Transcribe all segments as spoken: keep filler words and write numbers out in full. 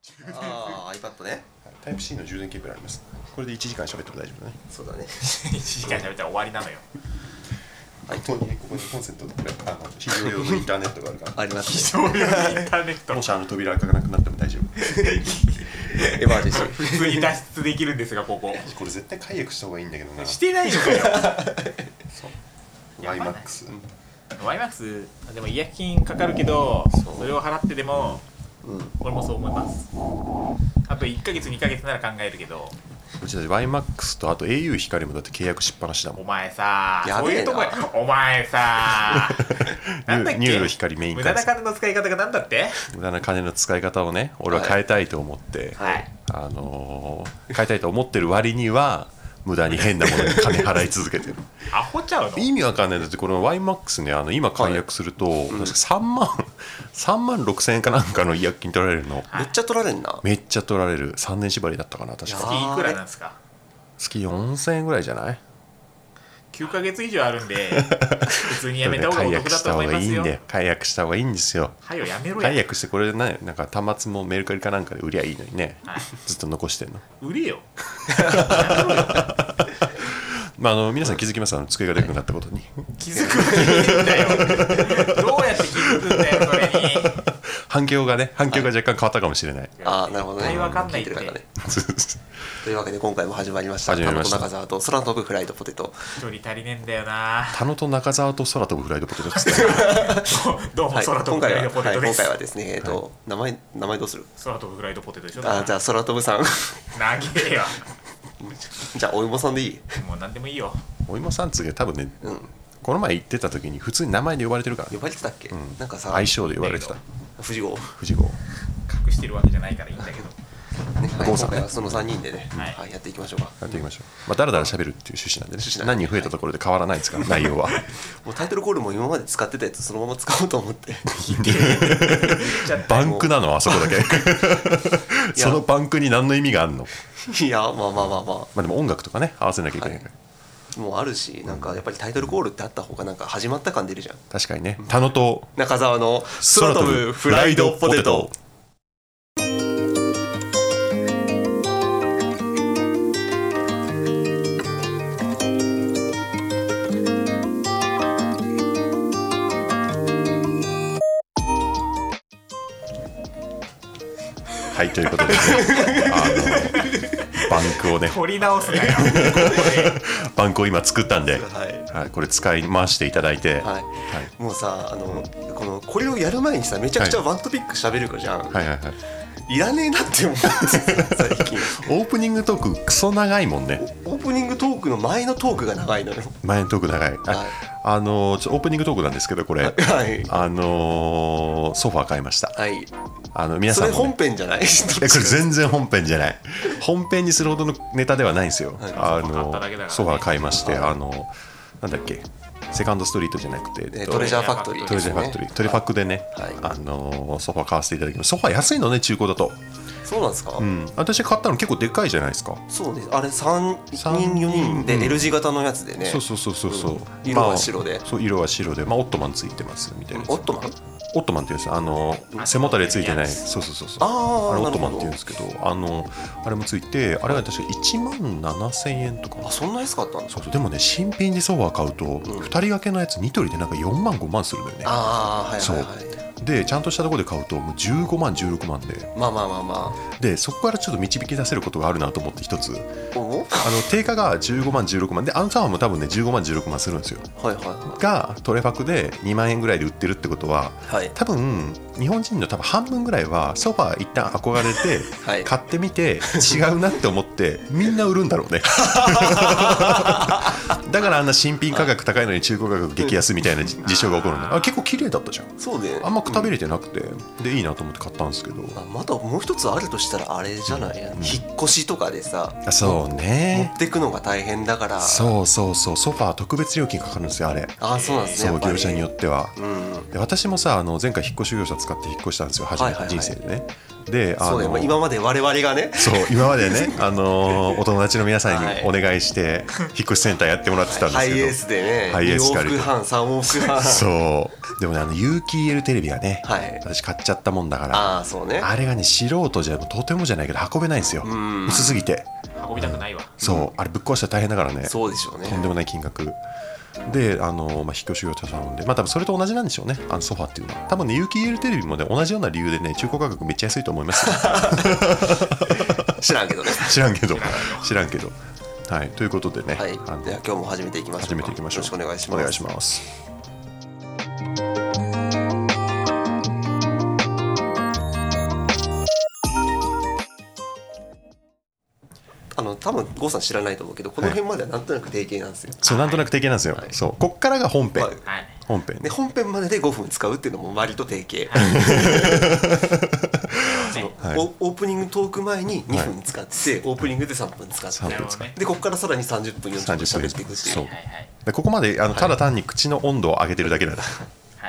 ああ iPad ね。 タイプ C の充電ケーブルあります。これでいちじかん喋っても大丈夫だね。 そうだね。 いちじかん喋ったら終わりなのよ。 ここにここにコンセントとあの非常用のインターネットがあるから。 あります、ね。 非常用のインターネット。 もしあの扉が開かなくなっても大丈夫。 エマージェンシー。 普通に脱出できるんですがここ。 これ絶対解約した方がいいんだけどな。 してないのかよ。 そう。 やばないワイマックス。 ワイマックス でも違約金かかるけど そ, それを払ってでも、うん、俺もそう思います。あといっかげつにかげつなら考えるけど、 うちだって ワイマックス とあと エーユー 光もだって契約しっぱなしだもん。 お前さやそういうとこお前さなんだっけ、 ニュー光メイン無駄な金の使い方がなんだって。 無駄な金の使い方をね俺は変えたいと思って、 はい、 あのー、変えたいと思ってる割には無駄に変なものに金払い続けてる。 アホちゃうの。 意味わかんない。だってこの ワイマックス ね、あの今解約すると、はい、確かさんまんさんまんろくせんえんかなんかの違約金取られるの、 はい、めっちゃ取られるな。 めっちゃ取られる。さんねん縛りだったかな確か。 月いくらなんですか。 月よんせんえんぐらいじゃない。 きゅうかげつ以上あるんで普通にやめた方がお得だと思いますよ。 解約した方がいいんですよ。 はよやめろや。 解約してこれでね、なんか端末もメルカリかなんかで売りゃいいのにね、はい、ずっと残してんの。 売れよ。 やめろよ。まあ、あの皆さん気づきます、あの机がでかくなったことに。 気づくわけねえんだよ。どうやって気づくんだよそれに。 反響がね、反響が若干変わったかもしれない。 ああ、なるほどね。 対話わかんないって。 というわけで今回も始まりました。 始まりました。 田野と中澤と空飛ぶフライドポテト。 一人足りねえんだよな。 田野と中澤と空飛ぶフライドポテトですね。 どうも空飛ぶフライドポテトです。 今回はですね、えっと名前名前どうする？ 空飛ぶフライドポテトでしょ。 あ、じゃあ空飛ぶさん。 長えよ。 じゃあお芋さんでいい？ もう何でもいいよ。 お芋さん次は多分ね、 うん、 この前行ってた時に普通に名前で呼ばれてるから。 呼ばれてたっけ？うん、なんかさ相性で呼ばれてた。 藤郷。 藤郷。 隠してるわけじゃないからいいんだけど。 ね、はい、今回はそのさんにんでね、はいはい、やっていきましょうか。 やっていきましょう。まあだらだら喋るっていう趣旨なんでね。何人増えたところで変わらないですから、内容は。 もうタイトルコールも今まで使ってたやつそのまま使おうと思って。 バンクなのあそこだけ。そのバンクに何の意味があるの？ いや、まあまあまあまあ。 まあでも音楽とかね合わせなきゃいけないから。 はい、もうあるし、なんかやっぱりタイトルコールってあった方がなんか始まった感出るじゃん。 確かにね。田野と中澤の空飛ぶフライドポテト。 はい、ということで、ね、あのバンクをね取り直すなよ。 バンクを今作ったんで、 はいはい、これ使い回していただいて、はいはい、 もうさ、あのこのこれをやる前にさめちゃくちゃワントピック喋るかじゃん、 はいはいはいはい、 いらねえなって思って最近。 オープニングトーククソ長いもんね。 オープニングトークの前のトークが長いのよ。 前のトーク長い、はい、あのちょオープニングトークなんですけどこれ、はい、あのー、ソファー買いました。 はい、 あの皆さんも、ね、 それ本編じゃない？これ全然本編じゃない。本編にするほどのネタではないんですよ、はい、あのソファー買いまして、あのなんだっけセカンドストリートじゃなくて、 えー、トレジャーファクトリー、ね、 トレジャーファクトリー、トレファクでね、はい、あのソファー買わせていただきます。ソファー安いのね、中古だと。 そうなんですか、 うん、私買ったの結構でかいじゃないですか。 そうです、あれさんにんよにんで L 字型のやつでね、 そうそうそうそうそう、うん、 色は白で、 まあ、そう色は白で、まあ、オットマンついてますみたいな。 オットマンオットマンっていうんです。あの背もたれついてない、そうそうそうそう、ああれオットマンっていうんですけど、あのあれもついて、あれが確かいちまんななせんえんとか。 あ、そんな安かったんだ。 そうそう、でもね、新品でソファー買うと、うん、ふたり掛けのやつに取りでなんかよんまんごまんするんだよね。 ああ、はいはいはい。 でちゃんとしたところで買うともうじゅうごまんじゅうろくまんで、 まあまあまあまあ、 でそこからちょっと導き出せることがあるなと思って一つ、あの定価がじゅうごまんじゅうろくまんで、あのタワーも多分ねじゅうごまんじゅうろくまんするんですよ、 はいはいはい、 がトレファクでにまんえんぐらいで売ってるってことは、はい、多分日本人の多分半分ぐらいはソファー一旦憧れて買ってみて違うなって思ってみんな売るんだろうね。だからあんな新品価格高いのに中古価格激安みたいな事象が起こるんだ。あ、結構綺麗だったじゃん。 そうね、 あんまくたびれてなくて、うん、でいいなと思って買ったんですけど、 またもう一つあるとしたらあれじゃない、うん、引っ越しとかでさ、 そうね、 持ってくのが大変だから。 そうそうそう、ソファー特別料金かかるんですよあれ。 あ、そうなんですね。 そう、業者によっては、 うん、 で私もさあの前回引っ越し業者使って引っ越したんですよ初めて人生でね、はいはいはい、であのそう、ね、今まで我々がねそう今までね、あのー、お友達の皆さんにお願いして引っ越しセンターやってもらってたんですけど、ハイエースでねハイエースに往復半さん往復半そうでもねあの有機 イーエル テレビがね、はい、私買っちゃったもんだからあ, そう、ね、 あれがね素人じゃとてもじゃないけど運べないんですよ薄すぎて運びたくないわそう、うん、あれぶっ壊したら大変だからねそうでしょうねとんでもない金額であの、まあ、引っ越し業者さんでまあ多分それと同じなんでしょうねあのソファっていうのは多分ね有機 イーエル テレビもね同じような理由でね中古価格めっちゃ安いと思います知らんけどね知らんけど知らんけどはいということでね、 はい、では今日も始めていきましょう始めていきましょうよろしくお願いしますお願いしますあの多分郷さん知らないと思うけどこの辺まではなんとなく定型なんですよ、 はい、そうなんとなく定型なんですよ、はい、そうこっからが本編、はい、本編で本編まででごふん使うっていうのも割と定型その、はい、オープニングトーク前ににふん使って、はい、オープニングでさんぷん使ってでここからさらにさんじゅっぷんよんじゅっぷん喋っていくっていう、 でここまであのただ単に口の温度を上げてるだけだ、はい、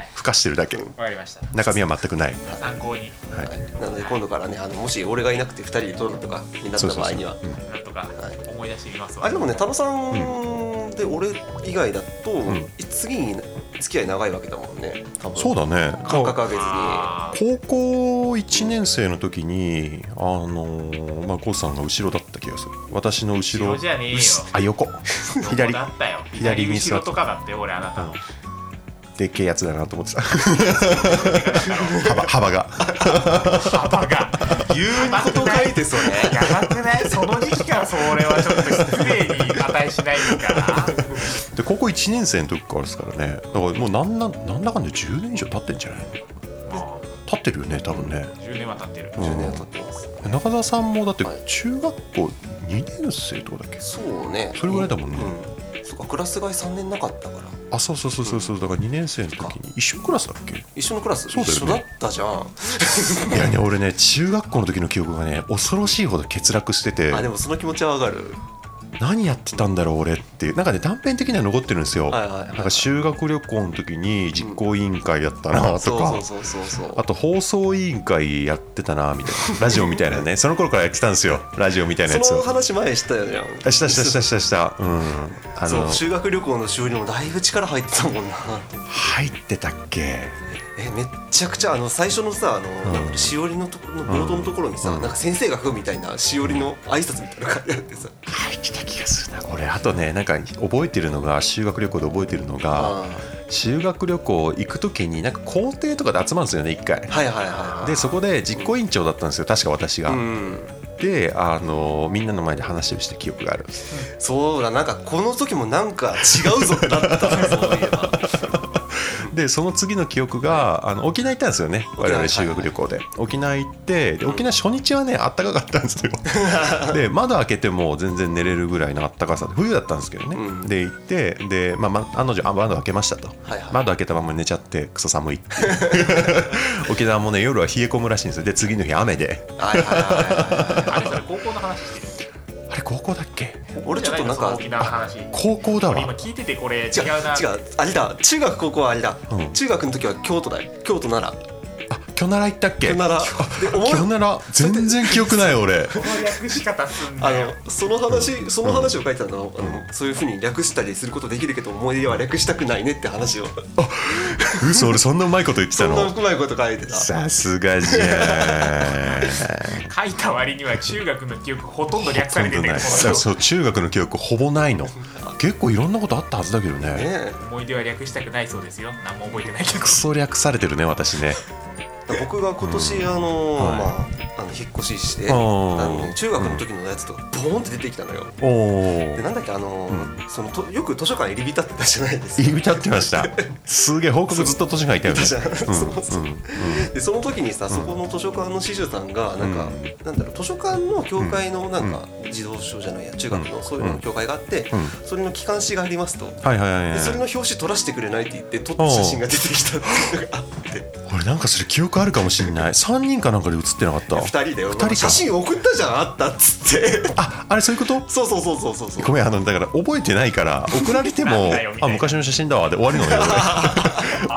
ふかしてるだけ、 わかりました。 中身は全くない。 参考に。 はい。なので今度からね、あのもし俺がいなくてふたりで撮るとかになった場合には、 なんとか思い出してみますわ。 あれでもね、タロさんで俺以外だと、うん、次に付き合い長いわけだもんね。多分そうだね。 間隔上げずに。高校いちねん生の時にあのー、まあゴーさんが後ろだった気がする。私の後ろ。 後ろじゃねえよ。 あ横。左。 だったよ。 左に後ろとかだって俺あなたの。うんでっけえやつだなと思ってた幅, 幅が幅が言うこと書いてそれやばくないその時期からそれはちょっと失礼に値しないからで高校いちねん生の時からですからねだからもうなんだなんだかんだじゅうねん以上経ってんじゃないの経ってるよね多分ねじゅうねんは経ってる、 うん、じゅうねんは経ってます中澤さんもだって中学校にねん生とかだっけそうねそれぐらいだもんね、 うん、そうかクラス替えさんねんなかったからあそうそうそうそう、うん、だからにねん生の時に一緒のクラスだっけ一緒のクラスそうだよ、ね、 一緒だったじゃんいやね俺ね中学校の時の記憶がね恐ろしいほど欠落しててあでもその気持ちはわかる何やってたんだろう俺ってなんかね断片的には残ってるんですよ、はいはいはいはい、なんか修学旅行の時に実行委員会やったなとかあと放送委員会やってたなみたいなラジオみたいなねその頃からやってたんですよラジオみたいなやつその話前したよねしたしたしたしたしたうんあのそう修学旅行の修理もだいぶ力入ってたもんな入ってたっけえめっちゃくちゃあの最初のさあの、うん、しおりのところの冒頭のところにさ、うん、なんか先生が吹くみたいなしおりの挨拶みたいな感じがあってさ入ってた気がするなこれあとねなんか覚えてるのが修学旅行で覚えてるのが修学旅行行く時になんか校庭とかで集まるんですよね一回はいはいはい、はい、 でそこで実行委員長だったんですよ確か私が、うんであのみんなの前で話をした記憶があるそうだなんかこの時もなんか違うぞってなったそういえばでその次の記憶があの沖縄行ったんですよね我々修学旅行で、はいはい、沖縄行ってで沖縄初日はねあったかかったんですよで窓開けても全然寝れるぐらいのあったかさで冬だったんですけどね、うん、で行ってで、まあ、案の定窓開けましたと、はいはい、窓開けたまま寝ちゃってクソ寒いって沖縄もね夜は冷え込むらしいんですよで次の日雨ではいはいはいあれそれ高校の話してるあれ高校だっけ俺ちょっとなんか沖縄の話高校だわ今聞いててこれ違うな違う違うあれだ中学高校はあれだ、うん、中学の時は京都だよ京都奈良あ京奈良行ったっけ京奈良京奈良全然記憶ない俺この略し方すんだよあのその話その話を書いてたの、うん、あのそういう風に略したりすることできるけど思い出は略したくないねって話をあ嘘俺そんなうまいこと言ってたのそんなうまいこと書いてたさすがじゃ書いた割には中学の記憶ほとんど略されてるんだけどそう中学の記憶ほぼないの結構いろんなことあったはずだけど ね, ね思い出は略したくないそうですよ何も覚えてないけどクソ略されてるね私ね僕が今年、うんあのーはいまあ、あの引っ越ししてあの、ね、中学の時のやつとかボーンって出てきたのよ、うん、でなんだっけあのーうん、そのとよく図書館入り浸ってたじゃないですか入り浸ってましたすげえ報告ずっと図書館いたよねでその時にさそこの図書館の司書さんがなんか、うん、なんだろう図書館の協会のなんか児童書じゃないや中学のそういうの協会があって、うん、それの機関誌がありますと、はいはいはいはい、でそれの表紙撮らせてくれないって言って撮った写真が出てきたっていうのがあって俺なんかそれ記憶あるかもしれないさんにんかなんかで写ってなかったふたりだよふたり写真送ったじゃんあったっつってああれそういうことそうそうそうそうそうごめんあのだから覚えてないから送られてもあ昔の写真だわで終わりのよ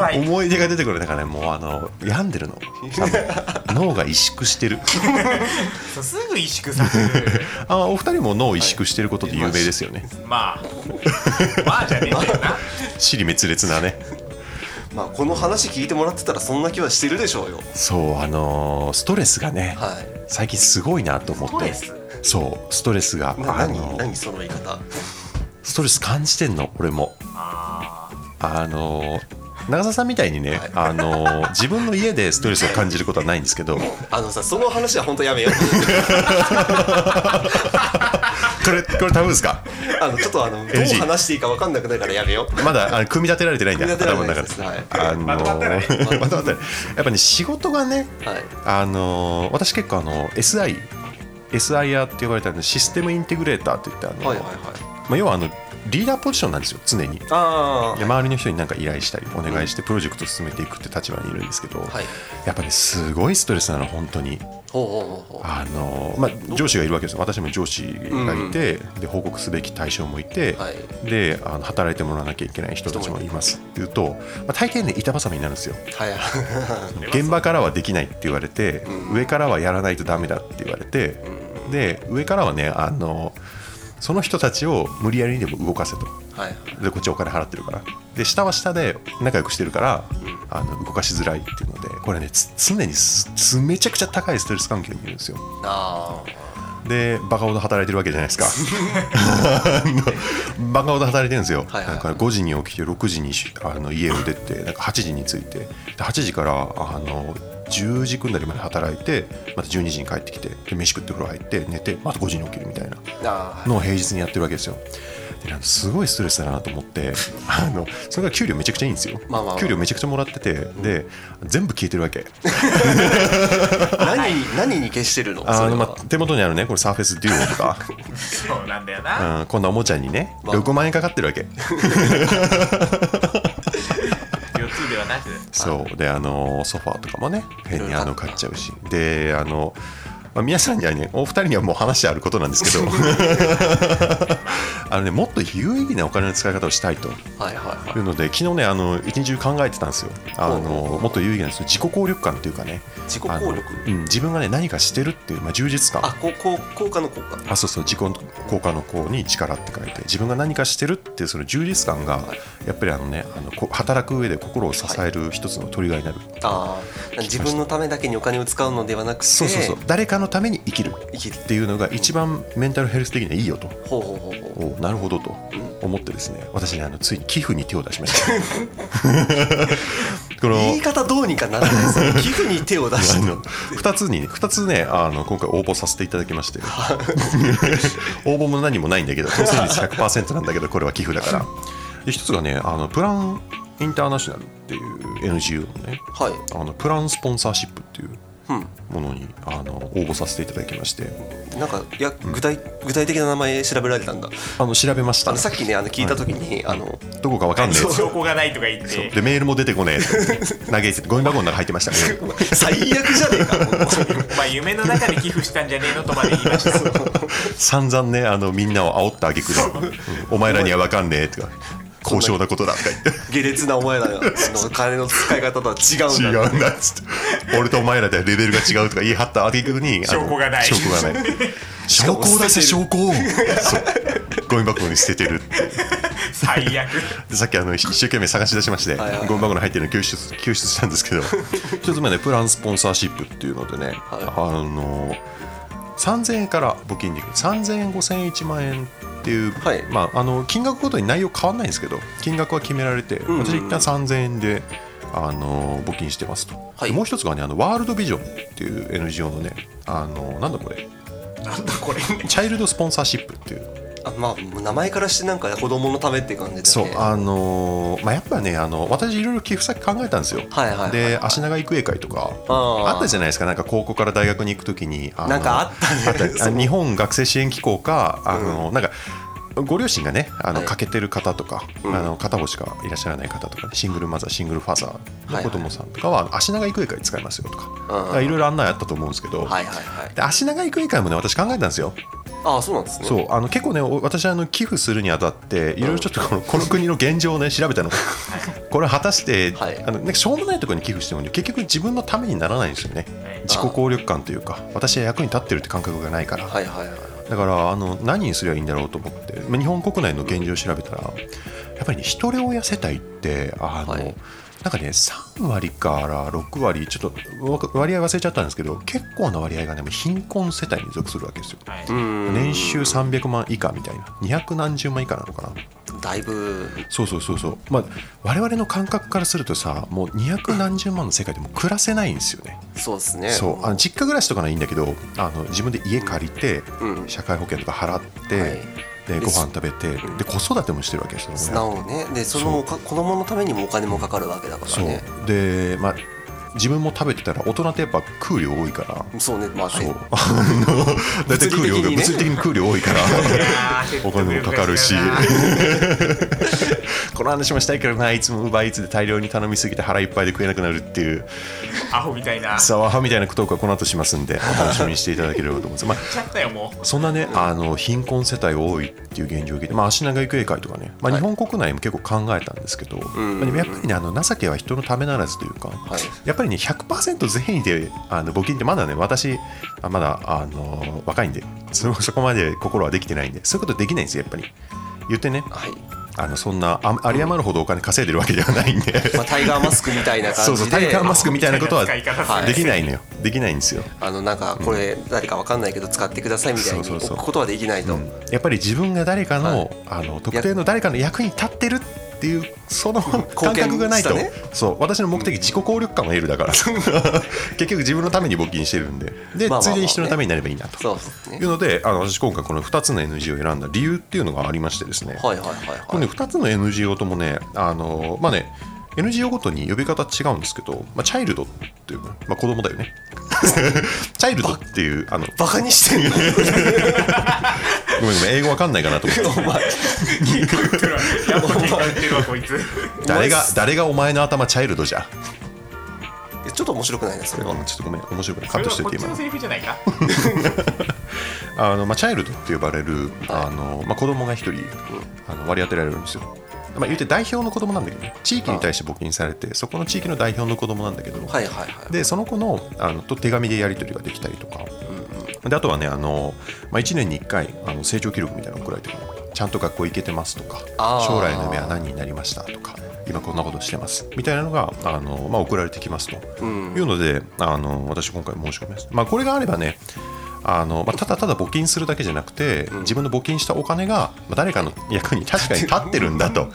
怖い。 思い出が出てくる。だからね、もうあの病んでるの多分脳が萎縮してるそうすぐ萎縮させるあお二人も脳萎縮してることで有名ですよね、 まあまあじゃねえんだよな尻滅裂なね。 まあこの話聞いてもらってたらそんな気はしてるでしょうよ。 そうあのーストレスがね、 は最近すごいなと思ってストレそうストレスがい。なあの何何その言い方。 ストレス感じてんの俺も。 ああの長澤さんみたいにね、 はいあの自分の家でストレスを感じることはないんですけどあのさ、その話は本当やめようこれこれ多分ですか。 あのちょっとあのどうエヌジー話していいか分かんなくなるからやめよう。 まだあの組み立てられてないんだ組み立てら頭の中れてないですで。あのまとまったらねまとまったらやっぱね仕事がね、 はいあの私結構あの エスアイ エスアイアーって呼ばれたシステムインテグレーターといってあの、 はいはいはい。 まあ、要はあのリーダーポジションなんですよ常に。 あで周りの人に何か依頼したりお願いしてプロジェクトを進めていくって立場にいるんですけど、 あ、はい。 やっぱねすごいストレスなの本当に。 ほうほうほうほう。 あのまあ、上司がいるわけですよ。私も上司がいて、で報告すべき対象もいて、 はいであの働いてもらわなきゃいけない人たちもいますっていうと、まあ、大抵ね板挟みになるんですよ。 はいはい現場からはできないって言われて、上からはやらないとダメだって言われて、で上からはねあのその人たちを無理やりにでも動かせと。 はいでこっちお金払ってるからで下は下で仲良くしてるから、あの動かしづらいっていうのでこれねつ常にすすめちゃくちゃ高いストレス環境にいるんですよ。 あでバカほど働いてるわけじゃないですかあのバカほど働いてるんですよ、 はいはいはいだからごじに起きてろくじにあの家を出てなんかはちじに着いてではちじからあのじゅうじくんなりまで働いてまたじゅうにじに帰ってきてで飯食って風呂入って寝てまたごじに起きるみたいなああのを平日にやってるわけですよ。でなんかすごいストレスだなと思ってあのそれが給料めちゃくちゃいいんですよ、 まあまあまあ給料めちゃくちゃもらっててで全部消えてるわけ何に何に消してるの。それはあの、まあ、手元にあるねこれサーフェスデュオとかそうなんだよな、 うん、こんなおもちゃにねまあろくまん円かかってるわけよっつではなくそうであのソファーとかもね変にあのいろいろ買っ買っちゃうしであの、まあ、皆さんにはねお二人にはもう話してあることなんですけどあのねもっと有意義なお金の使い方をしたいとはいはいはいいうので昨日ねあの一日中考えてたんですよ。あのもっと有意義な自己効力感っていうかね自己効力あのうん、自分がね何かしてるっていう、まあ、充実感あこうこう効果の効果あそうそう自己効果の効に力って書いて自分が何かしてるっていうその充実感がやっぱりあのねあのこ働く上で心を支える一つのトリガーになる、 ああ自分のためだけにお金を使うのではなくてそうそうそう誰かのために生きる生きるっていうのが一番メンタルヘルス的にはいいよとほうほうほうほうおなるほどと思ってですね私ねあのついに寄付に手を出しましたこの言い方どうにかならないですね寄付に手を出してあのふたつにふたつねあの今回応募させていただきまして応募も何もないんだけど当選率 ひゃくパーセント なんだけどこれは寄付だからで一つがねあのプランインターナショナルっていう エヌジーオー のねはいあのプランスポンサーシップっていううんものにあの応募させていただきましてなんかいや具体具体的な名前調べられたんだあの調べましたあのさっきねあの聞いた時にあのどこかわかんねえ証拠がないとか言ってでメールも出てこねえ投げてゴミ箱の中入ってましたね最悪じゃねえかもうまあ夢の中で寄付したんじゃねえのとまで言いました散々ねあのみんなを煽った挙句で、うんお前らにはわかんねえとか高尚なことだとか言って下劣なお前らの金の使い方とは違うんだ違うんだっつって俺とお前らではレベルが違うとか言い張った挙句にあの証拠がない証拠がない証拠を出せ証拠をそうゴミ箱に捨ててるって最悪でさっきあの一生懸命探し出しまして、 はいはいはいゴミ箱に入ってるの救出救出したんですけど一つ目ねプランスポンサーシップっていうのでね、 はいあのさんぜんえんから募金できるさんぜんえんごせんえんいちまんえんっていう、 はいまあ、あの金額ごとに内容変わらないんですけど金額は決められて、 んうんうん私一旦さんぜんえんであの募金してますと、 はいでもう一つがねあのワールドビジョンっていう エヌジーオー のねあのなんだこれなんだこれチャイルドスポンサーシップっていうあまあ名前からしてなんか子供のためって感じで、ね、 そうあのーまあ、やっぱねあの私いろいろ寄付先考えたんですよ、 はいはいはいはいで足長育英会とかあーあったじゃないですかなんか高校から大学に行くときにあのなんかあったねあったそうあ日本学生支援機構かあの、なんかご両親がねあの、 はい欠けてる方とか、 うんあの片方しかいらっしゃらない方とか、ね、シングルマザーシングルファザーの子供さんとかは足長育英会使いますよとかいろいろ案内あったと思うんですけど、 はいはいはいで足長育英会もね私考えたんですよああそうなんですね。 そうあの結構ね私あの寄付するにあたっていろいろちょっとこの、この国の現状をね調べたのこれは果たして、はい、あのなんかしょうもないところに寄付しても、ね、結局自分のためにならないんですよね、はい、自己効力感というか私は役に立ってるって感覚がないから、はいはいはい、だからあの何にすればいいんだろうと思って日本国内の現状を調べたらやっぱりね一人親世帯ってあの、はいなんかねさんわりからろくわりちょっと割合忘れちゃったんですけど結構な割合がね貧困世帯に属するわけですよ、はい、年収さんびゃくまん以下みたいなにひゃくなんじゅうまん以下なのかなだいぶそうそうそうそう、まあ、我々の感覚からするとさもうにひゃくなんじゅうまんの世界でも暮らせないんですよね。 そうですね。 そうあの実家暮らしとかはいいんだけどあの自分で家借りて、うん、社会保険とか払って、はいでご飯食べてで子育てもしてるわけですよ。 素直ね。でその子供のためにもお金もかかるわけだからね。 そうでまあ自分も食べてたら大人ってやっぱ食う量多いからそうねまあそう大体食う量が物理的に食う量多いからお金もかかるしこの話もしたいけどないつもウーバーイーツで大量に頼みすぎて腹いっぱいで食えなくなるっていうアホみたいなそうアホみたいなトークはこの後しますんでお楽しみにしていただければと思うんです、まあ、そんなねあの貧困世帯多いっていう現状を聞いて、まあ、足長育英会とかね、まあ、日本国内も結構考えたんですけど、はいまあ、でもやっぱりねあの情けは人のためならずというか、はい、やっぱりね ひゃくパーセント 全員であの募金ってまだね私まだあの若いんで そ, そこまで心はできてないんでそういうことできないんですよやっぱり言ってね、はい、あのそんなあ有り余るほどお金稼いでるわけではないんで、 まあ、タイガーマスクみたいな感じでそうそうタイガーマスクみたいなことはできないのよできないんですよ。 あのなんかこれ誰か分かんないけど使ってくださいみたいに置くことはできないと、 うん、やっぱり自分が誰かの、はい、あの特定の誰かの役に立ってるっていうその感覚がないと、ね、そう私の目的自己効力感は得るだから結局自分のために募金してるんでで、まあまあまあね、ついでに人のためになればいいなとそうですねいうのであの私今回このふたつの エヌジーオー を選んだ理由っていうのがありましてですね、はいはいはいはい、この、ね、ふたつの エヌジーオー ともねあのまあねエヌジーオー ごとに呼び方違うんですけど、まあ、チャイルドっていう、まあ、子供だよねチャイルドっていうあのバカにしてんのごめんごめん英語わかんないかなと思ってお前誰が誰がお前の頭チャイルドじゃちょっと面白くないねそれはちょっとごめん面白くないカットしておいて今こっちのセリフじゃないかあの、まあ、チャイルドって呼ばれる、はいあのまあ、子供が一人、うん、あの割り当てられるんですよ。まあ、言って代表の子供なんだけどね地域に対して募金されてそこの地域の代表の子供なんだけど、はいはいはい、でその子の、あのと手紙でやり取りができたりとか、うんうん、であとはねあの、まあ、いちねんにいっかいあの成長記録みたいなのが送られてくるちゃんと学校行けてますとか将来の夢は何になりましたとか今こんなことしてますみたいなのがあの、まあ、送られてきますと、うん、いうのであの私今回申し込みます、まあ、これがあればねあのまあ、ただただ募金するだけじゃなくて、うん、自分の募金したお金が、まあ、誰かの役に確かに立ってるんだと、はい、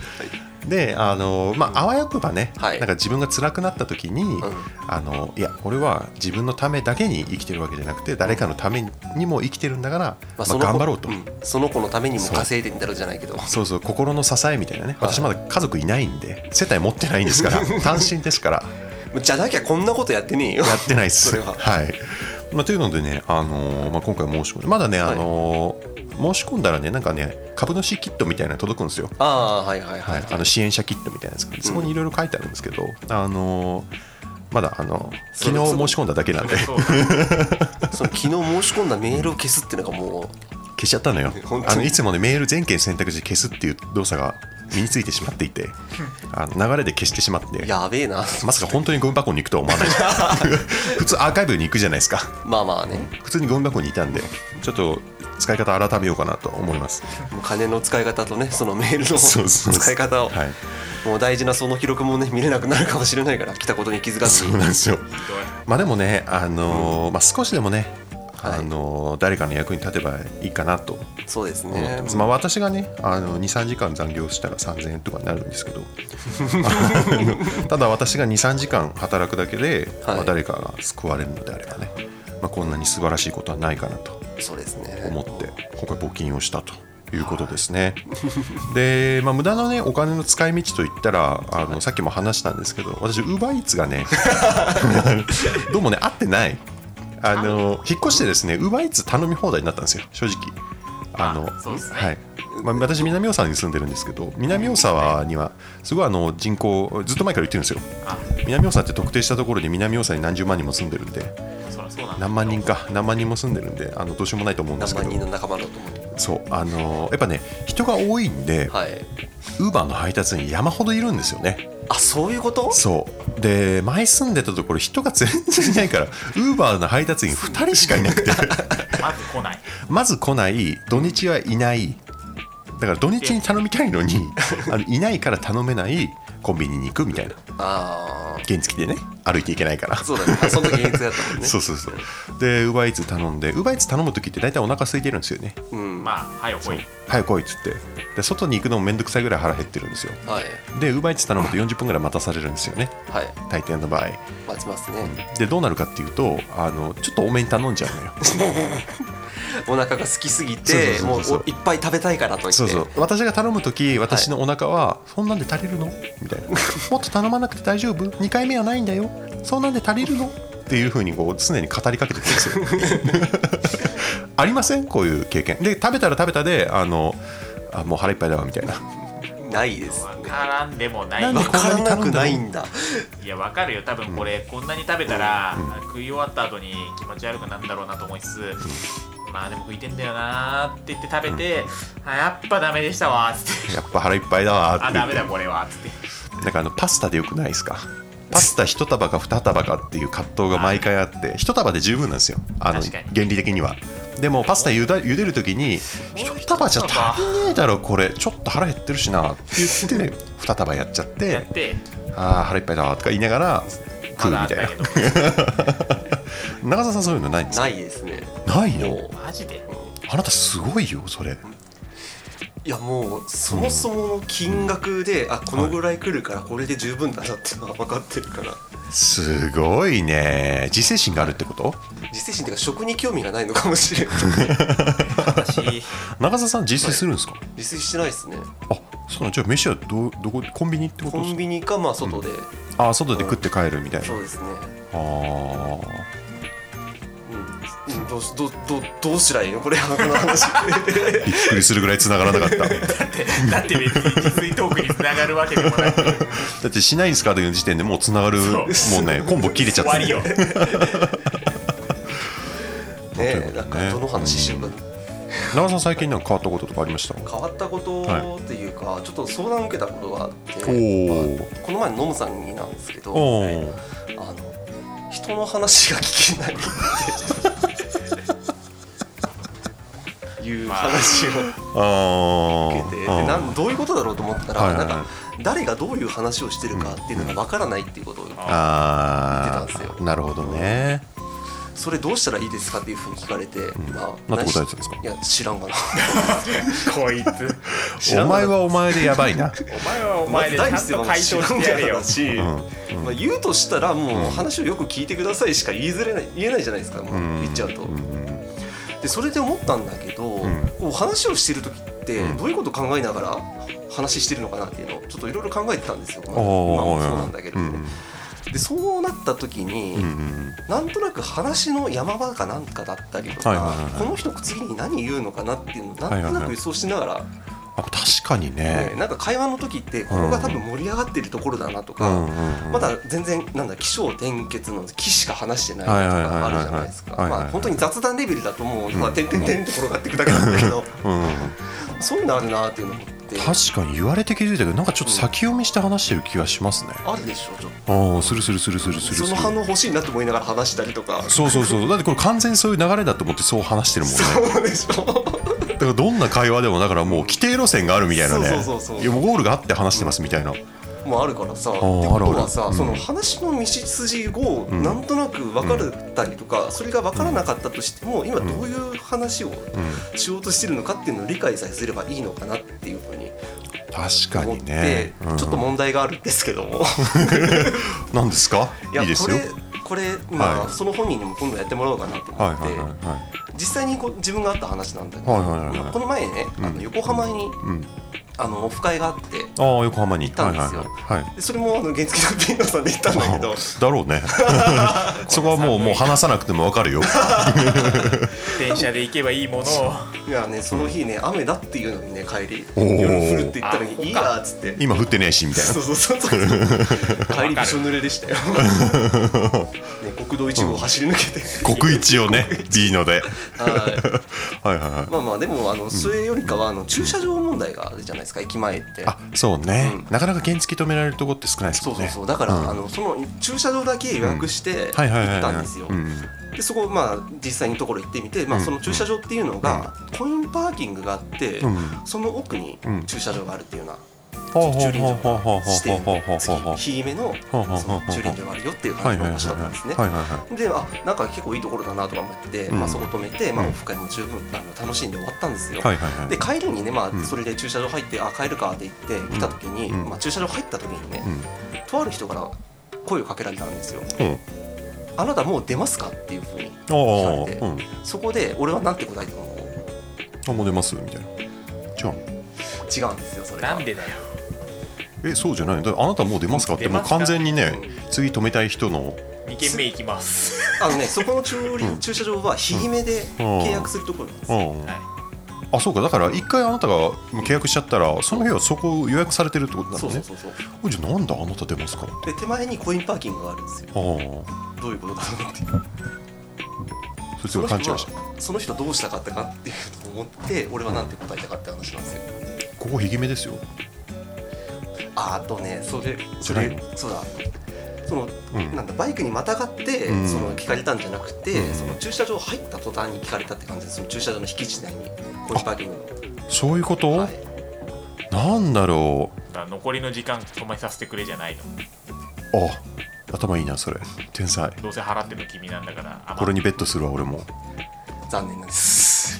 であの、まあ、あわよくばね、はい、なんか自分が辛くなった時に、うん、あのいや俺は自分のためだけに生きてるわけじゃなくて誰かのためにも生きてるんだから、まあまあ、頑張ろうと、うん、 その子のためにも稼いでんだろうじゃないけどそうそう心の支えみたいなね私まだ家族いないんで世帯持ってないんですから単身ですからじゃなきゃこんなことやってねえよやってないですそれははいまあ、というのでね、あのーまあ、今回申し込んでまだね、はいあのー、申し込んだらねなんかね株主キットみたいなの届くんですよ。 あーはいはいはい、はい、 あの支援者キットみたいなやつがそこにいろいろ書いてあるんですけど、うん、あのー、まだあの昨日申し込んだだけなんでその昨日申し込んだメールを消すっていうのがもう消しちゃったのよ。あのいつもねメール全件選択して消すっていう動作が身についてしまっていてあの流れで消してしまってやべえなまさか本当にゴミ箱に行くとは思わない普通アーカイブに行くじゃないですか。 まあまあね普通にゴミ箱にいたんでちょっと使い方改めようかなと思います。 もう金の使い方とねそのメールの使い方をはい、もう大事なその記録もね見れなくなるかもしれないから来たことに気づかずにそうなんですよ。まあでもねあのーうんまあ、少しでもねあのー、誰かの役に立てばいいかなと。 そうですね、 まあ、私がねあの にさんじかん残業したらさんぜんえんとかになるんですけどただ私が にさんじかん働くだけで、はいまあ、誰かが救われるのであればね、まあ、こんなに素晴らしいことはないかなとそうですね思って今回募金をしたということですね。で、まあ、無駄な、ね、お金の使い道といったらあのさっきも話したんですけど私 ウーバーイーツがねどうもね合ってないあの引っ越してですね、ウーバーイーツ頼み放題になったんですよ、正直。あのあそうですね、 はいまあ、私、南大沢に住んでるんですけど、南大沢にはすごいあの人口、ずっと前から言ってるんですよ。南大沢って特定したところで南大沢に何十万人も住んでるんで、 そらそうなん何万人か何万人も住んでるんであのどうしようもないと思うんですけど、 何万人の仲間だと思う。 そうあのやっぱね人が多いんで、 はい、 ウーバーの配達員山ほどいるんですよね。 あ、そういうこと？ そうで前住んでたところ人が全然いないからウーバーの配達員ふたりしかいなくてまず来ないまず来ない土日はいないだから土日に頼みたいのにあのいないから頼めないコンビニに行くみたいな。 ああ、 原付でね歩いていけないからそうだね、その時原付だったもんねそうそうそうでウーバーイーツ頼んでウーバーイーツ頼む時って大体お腹空いてるんですよね。 うん、 まあ早く来い早く来いっつってで外に行くのもめんどくさいぐらい腹減ってるんですよ。 はい、 でウーバーイーツ頼むとよんじゅっぷんぐらい待たされるんですよね、 はい、 大抵の場合。 待ちますね。 でどうなるかっていうとあのちょっと多めに頼んじゃうのよお腹が空きすぎそうてそうそうそうもういっぱい食べたいからと言って、 そうそう私が頼む時私のお腹は、そんなんで足りるのみたいなもっと頼まなくて大丈夫にかいめはないんだよそんなんで足りるのっていう風にこう常に語りかけてくるんですよありませんこういう経験で食べたら食べたであのあもう腹いっぱいだわみたいな。 ないです分ね。 からんでもないなんで分からなくないんだ。 いや分かるよ多分これ、こんなに食べたら、食い終わった後に気持ち悪くなるんだろうなと思いつつ、まあでも食いてんだよなーって言って食べて、あやっぱダメでしたわーっつってやっぱ腹いっぱいだわーってあダメだこれはっつってなんかあのパスタでよくないですか。パスタ一束か二束かっていう葛藤が毎回あって一束で十分なんですよあの確かに原理的には。でもパスタゆだ茹でるときに一束じゃ足りねえだろこれちょっと腹減ってるしなって言って二束やっちゃっやてってあー腹いっぱいだわとか言いながら食うみたいな。長澤さんそういうのないんですか。 ないですね。 ないの。 もマジであなたすごいよそれ。 いやもうそもそもの金額で、あこのぐらい来るからこれで十分だなっていうのは分かってるから。 すごいね。自制心があるってこと。 自制心っていうか食に興味がないのかもしれない私長澤さん自炊するんですか。 自炊してないですね。 あそうなの。じゃあ飯はどどこコンビニってことですか。 コンビニかまあ外で、 あ外で食って帰るみたいな。 そうですね。 ああうん、どうしどうどうどうしたらいいのこれこの話びっくりするぐらい繋がらなかっただだってだって別に自炊トークに繋がるわけでもなくってしないんですかという時点でもう繋がるもうねコンボ切れちゃって終わりよねえ、なんかどの話しようか、 長澤さん最近なんか変わったこととかありました。 変わったことっていうか、はい、ちょっと相談を受けたことがあって、 お、 まあ、この前のノムさんになんですけど、 おあの人の話が聞けないっていう話を受けて、でなんどういうことだろうと思ったら、はいはいはい、なんか誰がどういう話をしてるかっていうのがわからないっていうことを言ってたんですよ。 なるほどね。 それどうしたらいいですかっていうふうに聞かれて、 うん、まあ、なんて答えてたんですか。 いや知らんがなこいつお前はお前でやばいなお前はお前でちゃんと回答してやれよし、うんうん、まあ、言うとしたらもう話をよく聞いてくださいしか言いづれない言えないじゃないですか、もう言っちゃうと、うん、でそれで思ったんだけど、うん、こう話をしてる時ってどういうことを考えながら話してるのかなっていうのをちょっといろいろ考えてたんですよ、まあ、今もそうなんだけどね、うんでそうなった時に、うんうん、なんとなく話の山場かなんかだったりとか、はいはいはいはい、この人次に何言うのかなっていうのをなんとなく予想しながら、はいはいはい、 あ確かに ね, ねなんか会話の時ってここが多分盛り上がってるところだなとか、うんうんうん、まだ全然なんだ起承転結の起しか話してないとかあるじゃないですか。まあ本当に雑談レベルだともう、まあ、点々点と転がっていくだけなんだけど、うんうん、そういうのあるなっていうのも確かに言われて気づいたけどなんかちょっと先読みして話してる気がしますね、 うん、あるでしょちょっとあするするするするするその反応欲しいなと思いながら話したりとかそうそうそうだってこれ完全にそういう流れだと思ってそう話してるもんねそうでしょだからどんな会話でもだからもう規定路線があるみたいなねそうそうそうそういやもうゴールがあって話してますみたいな、うんもあるからさ、ってことはさ、うん、その話の道筋をなんとなく分かったりとか、うん、それが分からなかったとしても今どういう話をしようとしてるのかっていうのを理解さえすればいいのかなっていうふうに確かにね、 うん、ちょっと問題があるんですけども何ですか。いやいいですよこれ、これまあ、はい、その本人にも今度やってもらおうかなと思って、はいはいはいはい、実際にこう自分があった話なんだけど、はいはいはいはい、この前ね、うん、あの横浜に、うんあのオフ会があってあ横浜に行ったんですよ、 はいはいはい、 でそれもあの原付のピンノさんで行ったんだけどだろうねそこはもう、もう話さなくても分かるよ電車で行けばいいものをいやねその日ね雨だっていうのにね帰り夜降るって言ったのにいいやっつって今降ってねえしみたいなそうそうそうそう帰りびしょ濡れでしたよね、こ国道いち号を走り抜けて国一をね B のではいはいはいはい。 まあまあでもあのそれよりかはあの駐車場問題があるじゃないですか、駅前って。 あそうね、 うんなかなか原付止められるとこって少ないですもんね。 そうそうそう、だから、 うんあのその駐車場だけ予約してはいはいはいはい行ったんですよ。 うんでそこまあ実際にところ行ってみて、まあ、 うんその駐車場っていうのがコインパーキングがあって、 うんその奥にうん駐車場があるっていうようなほうほう駐輪場ほうほうほうが指定ほうほうほうほうのひいめのほうほうほうほうその駐輪場があるよっていうはいはいはい感じの場所だったんですね。 はいはいはいで、あ、なんか結構いいところだなとか思って、 うんまあ、そこ止めて、まあ、 うんオフ会も十分あの楽しんで終わったんですよ。 はいはいはいで帰りにね、まうんあ、それで駐車場入ってあ帰るかって言って来た時に、 うんまあ、駐車場入った時にね、 うんとある人から声をかけられたんですよ。 うんあなたもう出ますかっていうふうにあ聞かれて、 あうんそこで俺はなんて答えたの？ あもう出ますみたいな。違うの？ 違うんですよそれは。 なんでだよ。 えそうじゃないの？だからあなたもう出ますかってもう出ますか完全にねう次止めたい人のにけんめ行きます。 あのね、そこの駐輪駐車場はひぎめで契約するところなんですよ。 うんはいあそうかだから一回あなたが契約しちゃったらその日はそこ予約されてるってことなんだね。 そうそうそうそう。 おじゃあなんだあなた出ますかって。 で手前にコインパーキングがあるんですよ。 ああどういうことだろうって。 そいつが勘違いした。 その人どうしたかったかっていうのを思って俺はなんて答えたかって話なんですよ。 ここひぎめですよ。 ああとねそれそじゃないのれそうだ。そのうんなんだバイクにまたがってうんその聞かれたんじゃなくて、 うんその駐車場入った途端に聞かれたって感じです。その駐車場の敷地内にコインパーキングそういうこと、 の。はい。 なんだろう。 だから残りの時間止めさせてくれじゃないの。 あ頭いいなそれ天才。 どうせ払ってるの君なんだから。あこれにベットするわ俺も。 残念なんです。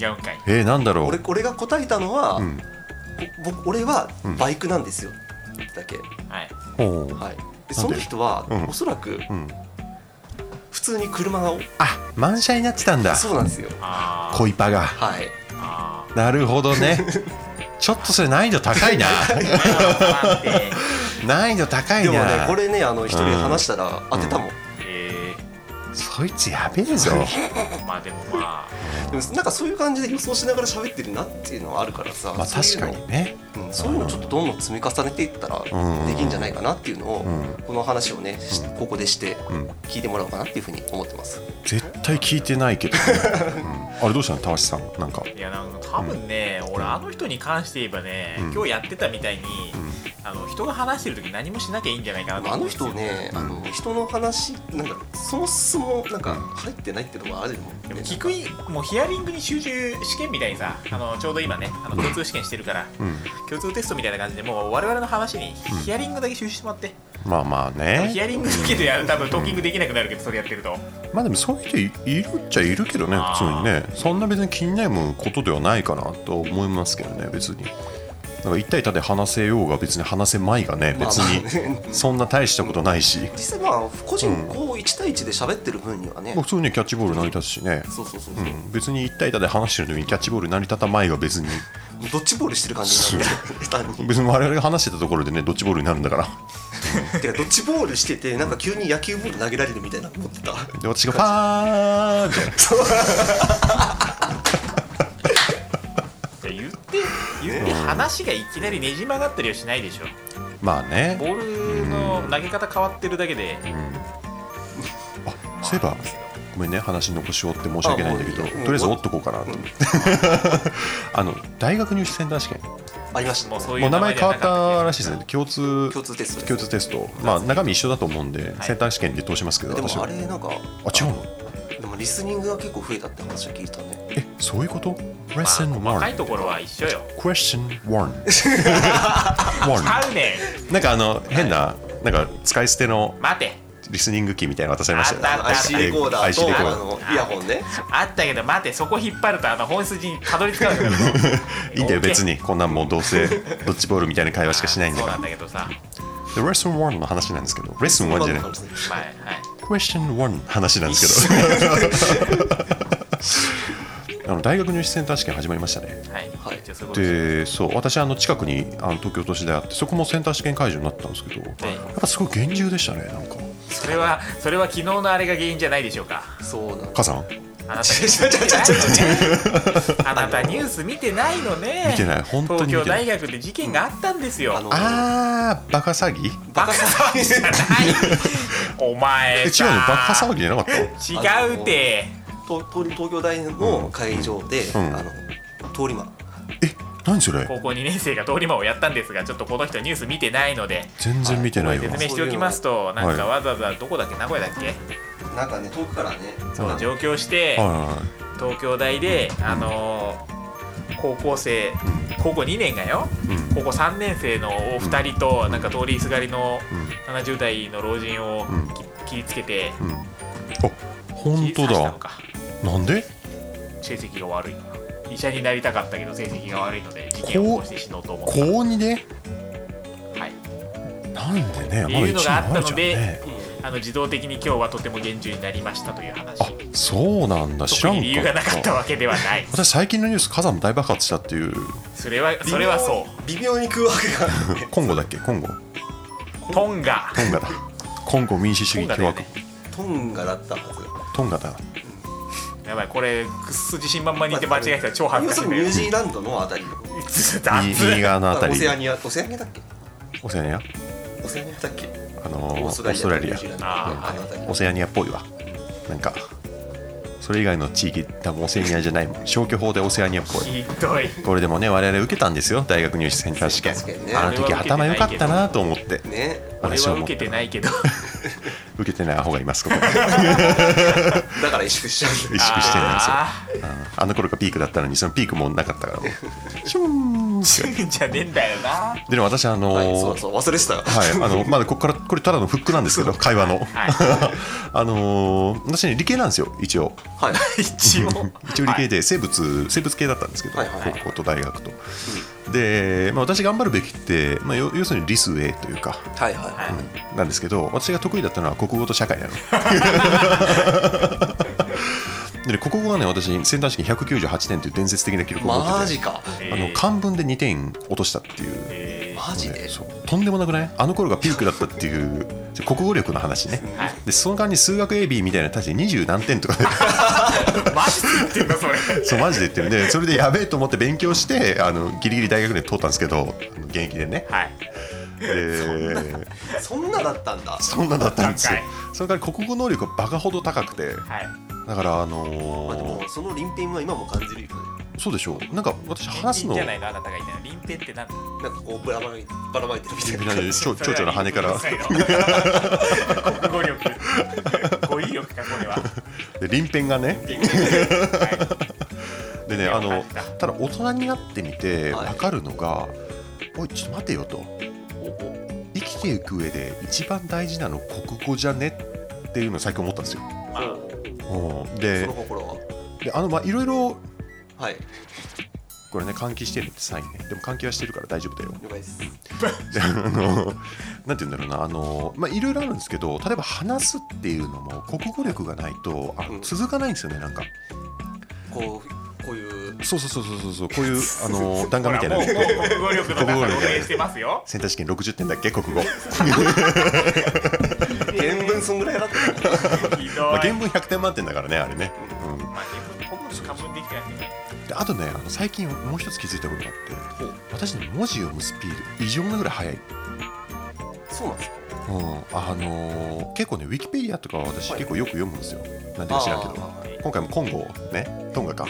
違うんかい。 えー、なんだろう。 俺俺が答えたのは、 うん僕俺はバイクなんですよ、だけ。 はい。 ほうはい。でなんでその人は、 うんおそらくうん普通に車をあ満車になってたんだそうなんですよ。 あー恋パが。 はい。 あなるほどねちょっとそれ難易度高いなー。なんで難易度高いな。 でもねこれねあの一人話したら当てたもん。 えそいつやべえぞー、まあでもまあでもなんかそういう感じで予想しながら喋ってるなっていうのはあるからさ。 まあ確かそういうのにね。 うん、そういうのをちょっとどんどん積み重ねていったらうんできんじゃないかなっていうのを、 うんこの話をね、しここでしてうん聞いてもらおうかなっていうふうに思ってます。 絶対聞いてないけど、ねうん、あれどうしたのたわしさんなんか。 いやなんか多分ね、俺あの人に関して言えばね、 うん今日やってたみたいに、 うんあの人が話してる時何もしなきゃいいんじゃないかなとあの思うんですよ。 人ね、あの人の話なんだろうそもそもなんか入ってないってところあるよね。 でも聞くいもうヒアリングに集中試験みたいにさ、あのちょうど今ねあの共通試験してるから、 うん共通テストみたいな感じでもう我々の話にヒアリングだけ集中してもらって、 まあまあね。 ヒアリングだけでやる多分トーキングできなくなるけど、それやってるとまあでもそういう人いいるっちゃいるけどねあー普通にね。そんな別に気に悩むことではないかなと思いますけどね別に。なんか一対多で話せようが別に話せまいがね別にまあまあねそんな大したことないし、 実際まあ個人こういち対いちで喋ってる分にはね、 まあ普通にキャッチボール成り立つしね。 そうそうそうそう、 うん、別に一対多で話してる時にキャッチボール成り立たまいが別にドッジボールしてる感じになる単に別に我々が話してたところでねドッジボールになるんだからてかドッジボールしててなんか急に野球ボール投げられるみたいな思ってた。 で私がパーンって言って言って話がいきなりねじ曲がったりはしないでしょ。 まあねボールの投げ方変わってるだけで、 うんあそういえばごめんね話残しをって申し訳ないんだけどあもういいよとりあえず折っとこうかなと思ってあの大学入試センター試験ありましたね。 もうそういうもう名前変わっじゃなかったらしいですね共通共通テストです共通テストまあ中身一緒だと思うんで、 はいセンター試験で通しますけどでも私はあれなんかあ違うのでもリスニングが結構増えたって話は聞いたね。 えそういうこと Lesson まあ、若い one ところは一緒よ。 Question one ち one ゃうねなんかあの変ななんか使い捨てのん。待て。 リスニング機みたいなの渡されましたよねあったあったアイシー レコーダーアイシーとレコーダーあのイヤホンね。 あったけど待て、そこ引っ張るとあの本筋にたどり着かなくなる。 いいんだよ別にこんなんもうどうせドッジボールみたいな会話しかしないんだそうなんからだけどさ。 で Lesson one の話なんですけど Lesson one じゃないまあはい Question one の話なんですけどあの大学入試センター試験始まりましたねはいはいじゃあそういうことですでそう私あの近くにあの東京都市大あってそこもセンター試験会場になったんですけどやっぱすごい厳重でしたねなんかそれはそれは昨日のあれが原因じゃないでしょうか。 そうなんだ。 母さんあなたニュース見てないのねあなたニュース見てないのね見てない本当に見てない。 東京大学で事件があったんですよ。 あのあーバカ詐欺バカ騒ぎじゃないお前え違うのさバカ騒ぎじゃなかった違うて東東東京大の会場で、 うんあの通り魔え何それ高校にねん生が通り魔をやったんですが、ちょっとこの人ニュース見てないので全然見てないわ説明しておきますと、なんかわざわざどこだっけ、名古屋だっけ、 なんかね遠くからねそう上京してはいはいはい東京大であのー高校生高校にねんがよ、 うん高校さんねん生のお二人となんか通りすがりのうんななじゅう代の老人をうんき切りつけて、 うんあ本当だ刺したのか。 なんで成績が悪いから医者になりたかったけど成績が悪いので事件を起こして死のうと思った。 高にねはい、 なんでねっていうのがあったのでまだ一年前じゃんねあの自動的に今日はとても厳重になりましたという話。 あそうなんだ知らんか特に理由がなかったったわけではない。 私最近のニュース火山大爆発したっていうそれはそれはそう微妙に食うわけがあるねコンゴだっけコンゴトンガトンガだコンゴ民主主義共和国トンガだよねトンガだったはずトンガだやばいこれくっそ自信満々に言って間違えたら超恥要すずかしいんだよるにニュージーランドのあたり雑右右側のあたりオセアニアオセアニアだっけオセアニアオセアニアだっけあのーオーオースストラリアニュージーランドああのあたりオセアニアっぽいわなんかそれ以外の地域多分オセアニアじゃないもん消去法でオセアニアっぽいひどいこれでもね我々受けたんですよ大学入試センター試験確かにねあの時頭良かったなと思ってね俺私思ったは受けてないけど受けてないアホがいますここにだから萎縮しちゃうんだ萎縮してるんですよああの頃がピークだったのにそのピークもなかったからもうシューンってーじゃねえんだよな。 でね私あのはいーそうそう忘れてたよはい、あのまだここからこれただのフックなんですけど会話の、 はいあのー私ね理系なんですよ一応はい一応一応理系で生物、生物系だったんですけど、 はいはいはい高校と大学と、で、まあ、私頑張るべきって、まあ、要要するに理数 A というか、 はいはいはいうんなんですけど私が得意だったのは国語と社会なので、ね、国語はね私センター試験ひゃくきゅうじゅうはちてんという伝説的な記録を持っててマジかあの漢文でにてん落としたっていう、 えーマジでそうとんでもなくないあの頃がピークだったっていう国語力の話ね、 はいでその間に数学 エービー みたいな確かににじゅう何点とかでマジで言ってんのそれそうマジで言ってるんでそれでやべえと思って勉強してあのギリギリ大学で通ったんですけど現役でねはいでそんなだったんだそんなだったんですよ高いそれから国語能力がバカほど高くてはいだからあまあでのもーその鱗片は今も感じるよねそうでしょうなんか私話すのじゃないのあなたが言ったの鱗片って何だなんかこうばらまいばらまいてるみたいななんで蝶々の羽から国語力語彙力かこれはで鱗片がねでねあのわかったただ大人になってみてはい分かるのが、おいちょっと待てよと生きていく上で一番大事なの国語じゃねっていうのを最近思ったんですよ、 まあうん、 そでの心はであのまあいろいろはいこれね換気してるってサインねでも換気はしてるから大丈夫だよ了解ですであのなんて言うんだろうなあのまあいろいろあるんですけど例えば話すっていうのも国語力がないとあのうん続かないんですよねなんかこうこういうそうそうそうそうそうこういうあの弾丸みたいなほらもうもう国語力の国語力高さを応援してますよセンター試験ろくじゅってんだっけ国語原文そんぐらいだったひどい、 まあ原文ひゃくてん満点だからねあれね、うん、 まあ原文ほぼ漢文できてなくてねであとねあの最近もう一つ気づいたことがあって私の文字読むスピード異常なぐらい速い、 そうなんですかうんあのー結構ねウィキペディアとかは私はい結構よく読むんですよなんでか知らんけどあ今回もコンゴねトンガか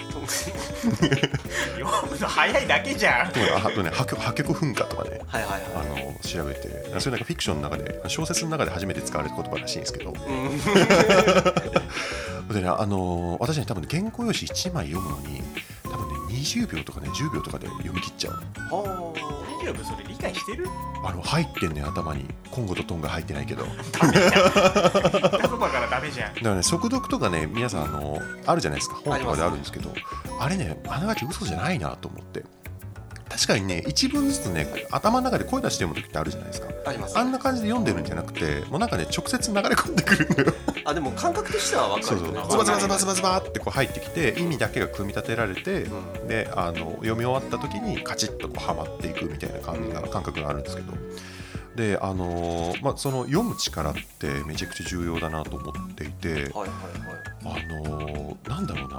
読むの早いだけじゃんトンガあとね破局破局噴火とかねはいはいあはいの調べてそれなんかフィクションの中で小説の中で初めて使われる言葉らしいんですけどうんでねあのー私ね多分ね原稿用紙いちまい読むのに多分ねにじゅうびょうとかねじゅうびょうとかで読み切っちゃうは大丈夫それ理解してるあの入ってんね頭にコンゴとトンガ入ってないけどダメじゃん言ったそばからダメじゃんだからね速読とかね皆さんあのあるじゃないですか本とかであるんですけどあれねあながち嘘じゃないなと思って確かにね一文ずつね頭の中で声出して読む時ってあるじゃないですかありますあんな感じで読んでるんじゃなくてもうなんかね直接流れ込んでくるのよあでも感覚としては分かそうそうるよねズバズバズバズバズバってこう入ってきて意味だけが組み立てられて、 うであの読み終わった時にカチッとこうはまっていくみたいな感じが感覚があるんですけどであのーまあその読む力ってめちゃくちゃ重要だなと思っていてはいはいはいあのーなんだろうな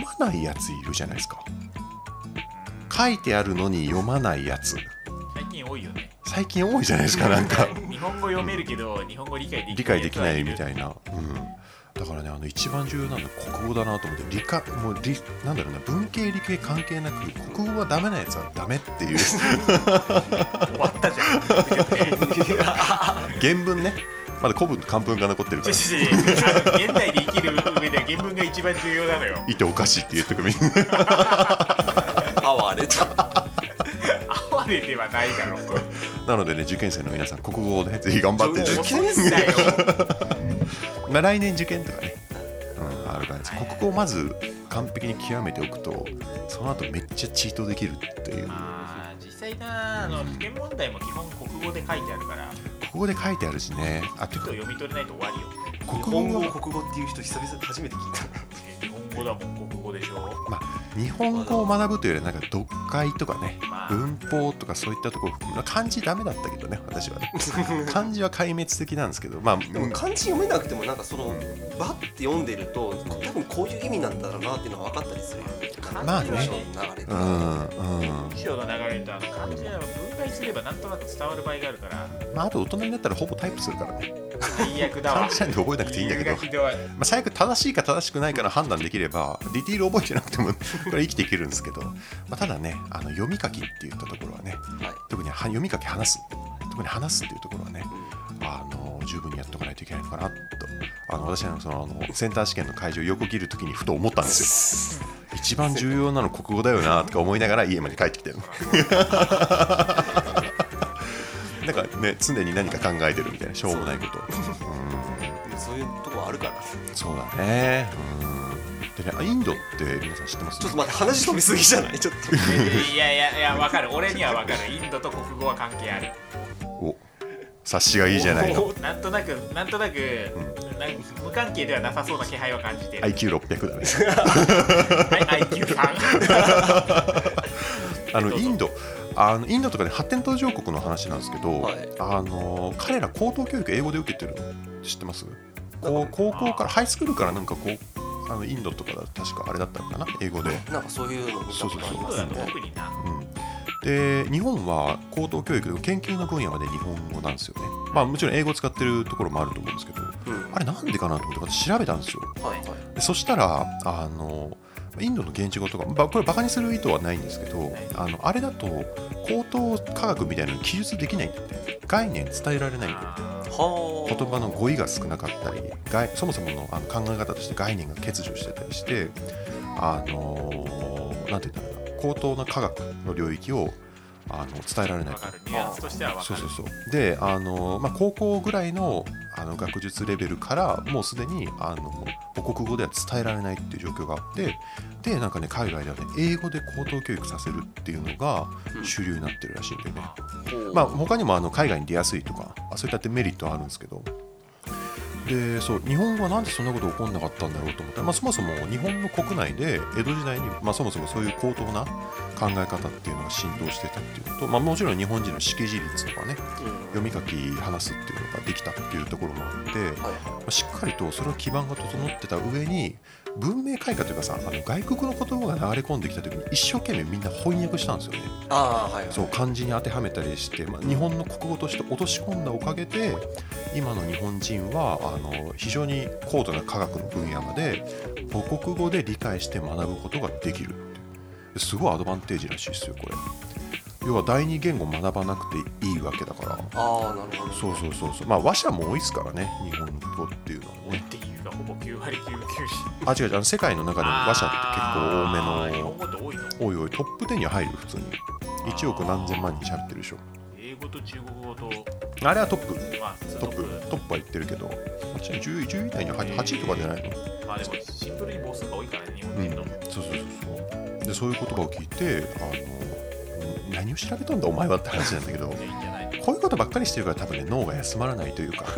まないやついるじゃないですか。書いてあるのに読まないやつ最近多いよね。 最近多いじゃないですか。なんか日本語読めるけど、うん、日本語理解できない理解できないみたいな、うん、だからねあの一番重要なのは国語だなと思って、理科もう理なんだろうな、文系理系関係なく国語はダメなやつはダメっていう終わったじゃん原文ね、まだ古文と漢文が残ってるから現代で生きる上では原文が一番重要なのよ。 いておかしいって言ってくる哀れちゃ哀れではないだろう。 なのでね、受験生の皆さん国語でぜひ頑張って受験生だよまあ来年受験とかね、うん、あるからです。国語をまず完璧に極めておくと、その後めっちゃチートできるっていう。 あ実際な、あの受験問題も基本国語で書いてあるから、 国語で書いてあるしね。あと読み取れないと終わりよ。 国語を国語っていう人久々に初めて聞いた。 日本語だもん、国語でしょ。 まあ日本語を学ぶというよりはなんか読解とかね、 まあ、 文法とかそういったところ、漢字ダメだったけどね、私はね漢字は壊滅的なんですけど、まあでも漢字読めなくてもなんかそのバッて読んでると多分こういう意味なんだろうなっていうのが分かったりするよ。 まあね、 流れとか、 うんうん、 辞書の流れとあの漢字は分解すればなんとなく伝わる場合があるから、 まああと大人になったらほぼタイプするからね。 最悪だわ。 漢字なんて覚えなくていいんだけど、まあ、最悪正しいか正しくないかの判断できればディティール覚えてなくてもこれ生きていけるんですけど、まあ、ただね、あの読み書きっていったところはね、はい、特に読み書き話す特に話すっていうところはね、うん、あの十分にやっておかないといけないのかなと、あの私はそのあのセンター試験の会場を横切るときにふと思ったんですよ一番重要なの国語だよなとか思いながら家まで帰ってきてるなんかね、常に何か考えてるみたいなしょうもないこと、うん、 そういうとこあるから。 そうだね、うん、でね、インドって皆さん知ってます？ ちょっと待って、話飛びすぎじゃない？ちょっといやいやいや、分かる、俺には分かる。インドと国語は関係ある。 お、察しがいいじゃないの。 なんとなくなんとなく、うん、なんか無関係ではなさそうな気配は感じてる。 アイキューろっぴゃく だねはい、アイキューさんあのインドあのインドとかね、発展途上国の話なんですけど、はい、あの彼ら高等教育英語で受けてるの知ってます？こう高校からハイスクールからなんかこうあのインドとかだ確かあれだったのかな、英語で。 なんかそういうの見たことありますね。 特にな、 うん、で日本は高等教育で研究の分野まで日本語なんですよね。まあもちろん英語を使ってるところもあると思うんですけど、うん、あれなんでかなと思って私調べたんですよ。はいはい、でそしたらあのインドの現地語とか、これバカにする意図はないんですけど、あのあれだと高等科学みたいなのに記述できないんだって。概念伝えられないんだって。言葉の語彙が少なかったり、そもそも の, あの考え方として概念が欠如してたりして、あのなんて言うんだろうな、高等な科学の領域をあの伝えられない。 分かる、ニュアンスとしては分かる。 そうそうそう。で、あの、まあ、高校ぐらい の, あの学術レベルからもうすでにあの母国語では伝えられないっていう状況があって、でなんかね、海外ではね、英語で高等教育させるっていうのが主流になってるらしいんでね、うん、まあ他にもあの海外に出やすいとかそういったメリットはあるんですけど、でそう日本はなんでそんなこと起こんなかったんだろうと思ったら、まあ、そもそも日本の国内で江戸時代に、まあ、そもそもそういう高等な考え方っていうのが浸透してたっていうのと、まあ、もちろん日本人の識字率とかね、うん、読み書き話すっていうのができたっていうところもあって、はい、まあ、しっかりとその基盤が整ってた上に文明開化というかさ、あの外国の言葉が流れ込んできた時に一生懸命みんな翻訳したんですよね。 あ、はいはい、 そう漢字に当てはめたりして、まあ、日本の国語として落とし込んだおかげで今の日本人はあの非常に高度な科学の分野まで母国語で理解して学ぶことができる。すごいアドバンテージらしいですよこれ。要は第二言語学ばなくていいわけだから。 ああ、なるほど。 そうそうそうそう。まあ話者も多いですからね、日本語っていうのはね。 っていうかほぼきゅうわりきゅうじゅうきゅうあ、違う違う、あの世界の中でも話者って結構多めの。 日本語って多いの？ 多い多い。トップじゅうには入る普通に。いちおく何千万人喋ってるでしょ。 英語と中国語と。 あれはトップ。 まあ、 トップトップは言ってるけど、じゅうい以内にはちいとかじゃないの？ まあでもシンプルに母数が多いからね、日本人の。うん、 そうそうそうそう。でそういう言葉を聞いて、あの何を調べたんだお前はって話なんだけど、こういうことばっかりしてるから多分ね脳が休まらないというか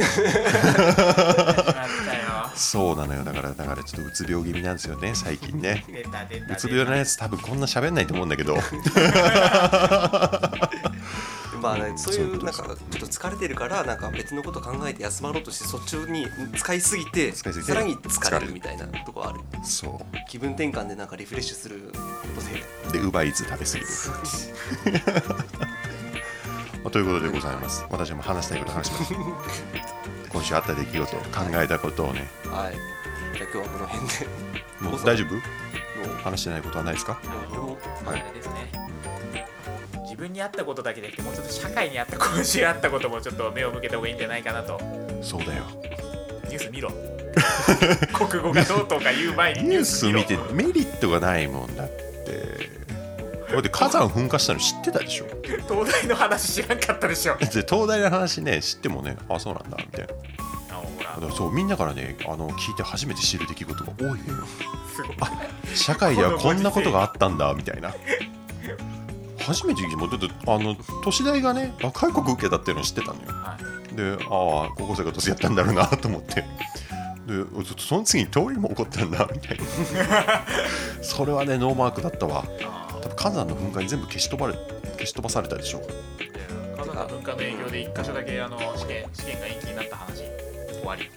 そうなのよ。だからだからちょっとうつ病気味なんですよね最近ね。うつ病のやつ多分こんな喋んないと思うんだけどでもまあね、そういうなんかちょっと疲れてるからなんか別のこと考えて休まろうとしてそっちに使いすぎて使いすぎてさらに疲れるみたいなとこある。 そ気分転換でなんかリフレッシュすることうでウーバーイーツ食べ過ぎるまあということでございます。私も話したいこと話しました今週あった出来事考えたことをね。 はい、じゃあ今日はこの辺でもう大丈夫？話してないことはないですか？ 俺もあれですね、自分に合ったことだけでなくてもうちょっと社会に合った今週あったこともちょっと目を向けた方がいいんじゃないかなと。 そうだよ、 ニュース見ろ国語がどうとか言う前にニュース見てメリットがないもんだって。だって火山噴火したの知ってたでしょ東大の話知らんかったでしょで東大の話ね知ってもね、あそうなんだみたいな。 あほらだからそうみんなからねあの聞いて初めて知る出来事が多いのよ。 すごいあ社会ではこんなことがあったんだみたいな。初めて聞いてもだってあの都市大がね若い国受けたっていうのを知ってたのよ。 はい、 でああ高校生が年やったんだろうなと思ってでその次に通りも起こったんだみたいなそれはねノーマークだったわ。多分火山の噴火に全部消し飛ばれ消し飛ばされたでしょ。 火山の噴火の影響で一箇所だけあの試験試験が延期になった話終わり。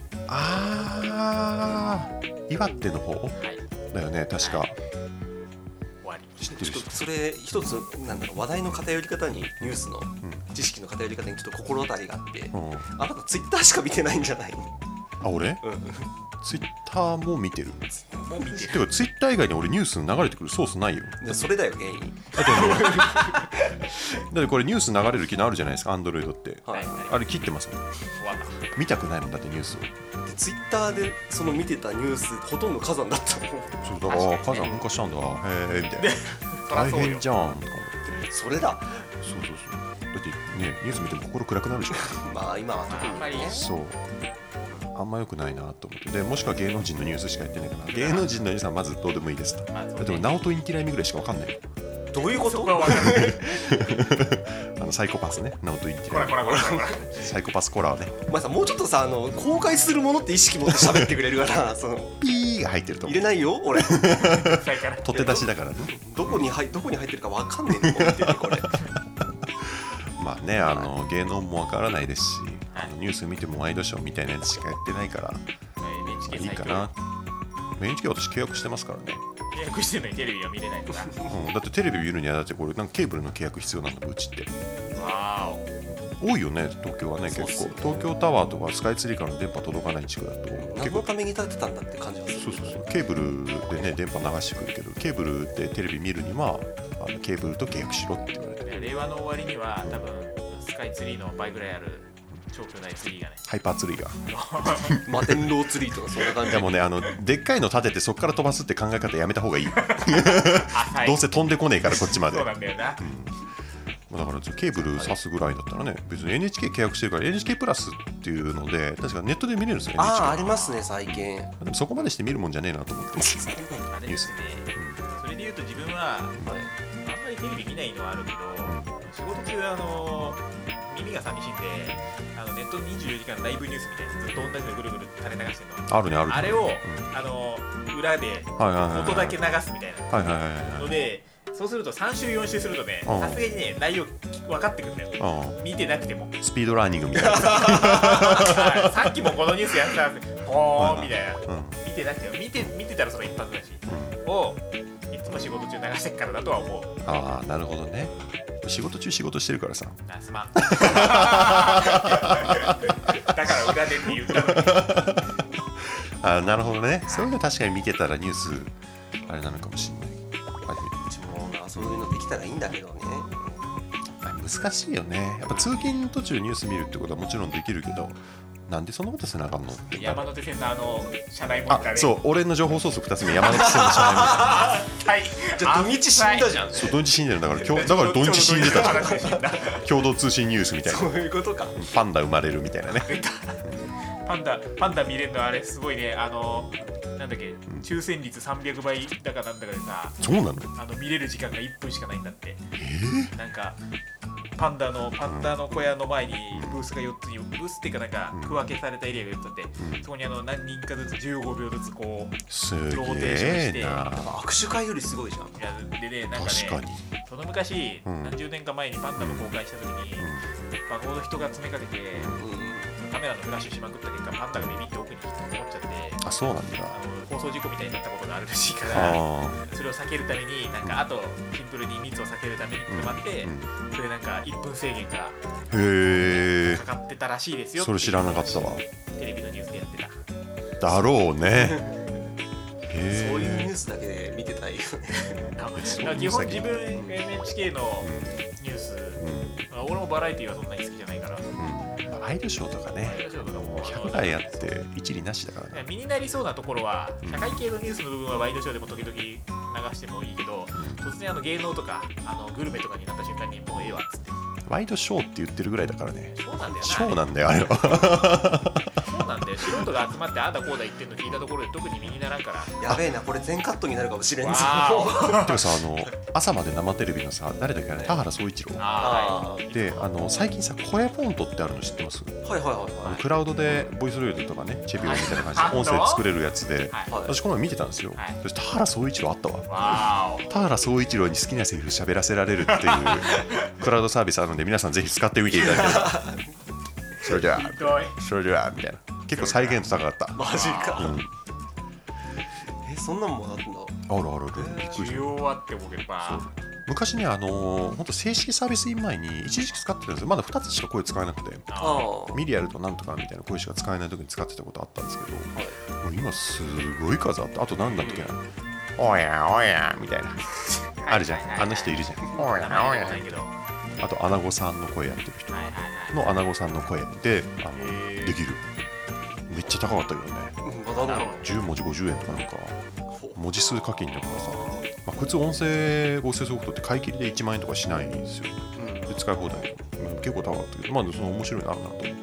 あー岩手の方、 はい、 だよね確か、 はい、終わり。 知ってるちょっとそれ一つなんだろう話題の偏り方にニュースの知識の偏り方にちょっと心当たりがあって、 うん、 あなたツイッターしか見てないんじゃない？ あ俺、 うん、 ツイッターも見てる。 もう見てる。 てかツイッター以外に俺ニュースに流れてくるソースないよ。 それだよ原因。 だってもうだってこれニュース流れる機能あるじゃないですか、アンドロイドって。 はい、 あれ切ってますもん。 終わった。 見たくないもんだってニュースを。 でツイッターでその見てたニュースほとんど火山だったの。 そうだから火山噴火したんだ、へえみたいな。大変じゃんとか思って。 それだ。 そうそうそう。だってねニュース見ても心暗くなるでしょ。 まあ今は特にね。 そう。あんま良くないなと思って。でもしくは芸能人のニュースしかやってないから芸能人のニュースはまずどうでもいいですと。だってもナオトインティライミぐらいしか分かんない。 どういうこと？ そこは分かんないあのサイコパスね、ナオトインティライミこらこらこらこらサイコパスコラーね。 お前さもうちょっとさあの公開するものって意識持って喋ってくれるからそのピーが入ってると思う。 入れないよ俺。 最から取って出しだからね。 どこに入どこに入ってるか分かんねえの見ててこれ。 まあねあの芸能もわからないですし、あのニュース見てもワイドショーみたいなやつしかやってないから。いいかな。エヌエイチケー 私契約してますからね。 契約してるのにテレビは見れないとか、 うん、だってテレビ見るにはだってこれなんかケーブルの契約必要なんだうちって。 わー多いよね東京はね結構。東京タワーとかスカイツリーからの電波届かない地区だと何のために建てたんだって感じはする。 そうそうそうケーブルでね電波流してくるけどケーブルでテレビ見るにはあのケーブルと契約しろって言われて。 令和の終わりには多分スカイツリーの倍ぐらいある超巨大ツリーがねハイパーツリーが摩天楼ツリーとかそんな感じ。 でもねあのでっかいの立ててそこから飛ばすって考え方やめた方がいいどうせ飛んでこねえからこっちまで。 そうなんだよな、 うん、だからケーブル挿すぐらいだったらね別に エヌエイチケー 契約してるから エヌエイチケー プラスっていうので確かネットで見れるんですよ。 ああありますね最近。 でもそこまでして見るもんじゃねえなと思ってあれですね、それで言うと自分は、あんまりテレビ見ないのはあるけど、仕事中はあの耳が寂しいんであのネットにじゅうよじかんライブニュースみたいなずっと同じのぐるぐる垂れ流してるのあるねあるねあれを、 うん、 あの裏で音だけ流すみたいなのでそうするとさん週よん週するとねさすがにね内容分かってくるんだよ見てなくてもスピードラーニングみたいなさっきもこのニュースやったんですほーみたいな、うん、見てなくても見て見てたらその一発だし、うん、をいつも仕事中流してっからだとは思う。 ああなるほどね。仕事中仕事してるからさあすまんだから裏でって言ったのにあなるほどね。そういうの確かに見てたらニュースあれなのかもしれない。 うちもなそういうのできたらいいんだけどね。 難しいよね。やっぱ通勤途中ニュース見るってことはもちろんできるけどなんでそんなことせなあかんのって山手線のあの車内モニターであそう俺の情報ソースふたつめ山手線の車内モニターはいじゃあ土日死んだじゃん。 そう土日死んでるんだから今日だから土日死んでたじゃん共同通信ニュースみたいな。 そういうことか。 パンダ生まれるみたいなねパンダパンダ見れるのあれすごいねあのなんだっけ抽選率さんびゃくばいだかなんだかでさそうなのあの見れる時間がいっぷんしかないんだって。 えー、 なんかパンダのパンダの小屋の前にブースがよっつに、ブースっていうかなんか区分けされたエリアがよっつあって、うん、そこにあの何人かずつじゅうごびょうずつこうすローテーションして、 握手会よりすごいじゃん。 いやでね、なんかね、その昔、うん、何十年か前にパンダの公開した時に、うん、バカほど人が詰めかけて、うん、カメラのフラッシュしまくった結果パンダがビビって奥に引っかかっちゃって、 あ、そうなんだ。 あの放送事故みたいになったことがあるらしいから、それを避けるためになんかあとシンプルに密を避けるためにってのもあって、うんうん、それなんかいっぷん制限がへかかってたらしいですよ。 それ知らなかったわ。 テレビのニュースでやってただろうね。 へそういうニュースだけで見てたいよね。 基本自分 エヌエイチケー のニュース、うん、俺もバラエティーはそんなに好きじゃないから、うん、 ワイドショーとかね、ひゃくだいやって一理なしだからね。 身になりそうなところは社会系のニュースの部分はワイドショーでも時々流してもいいけど、突然あの芸能とかあのグルメとかになった瞬間にもうええわっつって、 ワイドショーって言ってるぐらいだからね。 ショーなんだよな。 ショーなんだよあれは。 そうなんだよ。素人が集まってああだこうだ言ってんの聞いたところで特に身にならんから。 やべえな、これ全カットになるかもしれんぞ。 てかさ、あの朝まで生テレビのさ、誰だっけ、田原総一郎。あで、あの最近さ、声フォントってあるの知ってます？ はいはいはい、はい、 クラウドでボイスロイドとかね、チェビオみたいな感じで音声作れるやつで、はい、私この前見てたんですよ。はい、そして田原総一郎あったわ。わ田原総一郎に好きなセリフ喋らせられるっていうクラウドサービスあるので、皆さんぜひ使ってみていただければ。それでは、それではみたいな。結構再現度高かった。 マジか。うん、え、そんなんもあったんだ。 あるある。びっくりした。 需要はって思けば。 昔ね、あのー、本当正式サービスイン前に一時期使ってたんですよ。まだふたつしか声使えなくて、ミリアルとなんとかみたいな声しか使えない時に使ってたことあったんですけど、はい、今すごい数あって、あと何だっけな、おやおやみたいなあるじゃん、あの人いるじゃん、おやおや。あとアナゴさんの声やってる人のアナゴさんの声であのできる。めっちゃ高かったけどね、じゅうもんじごじゅうえんとかなんか文字数課金だからさ、まあ、普通音声合成ソフトって買い切りでいちまんえんとかしないんですよ、うん、で使い放題、うん、結構高かったけど、まあその面白いのあるなと思って、うん、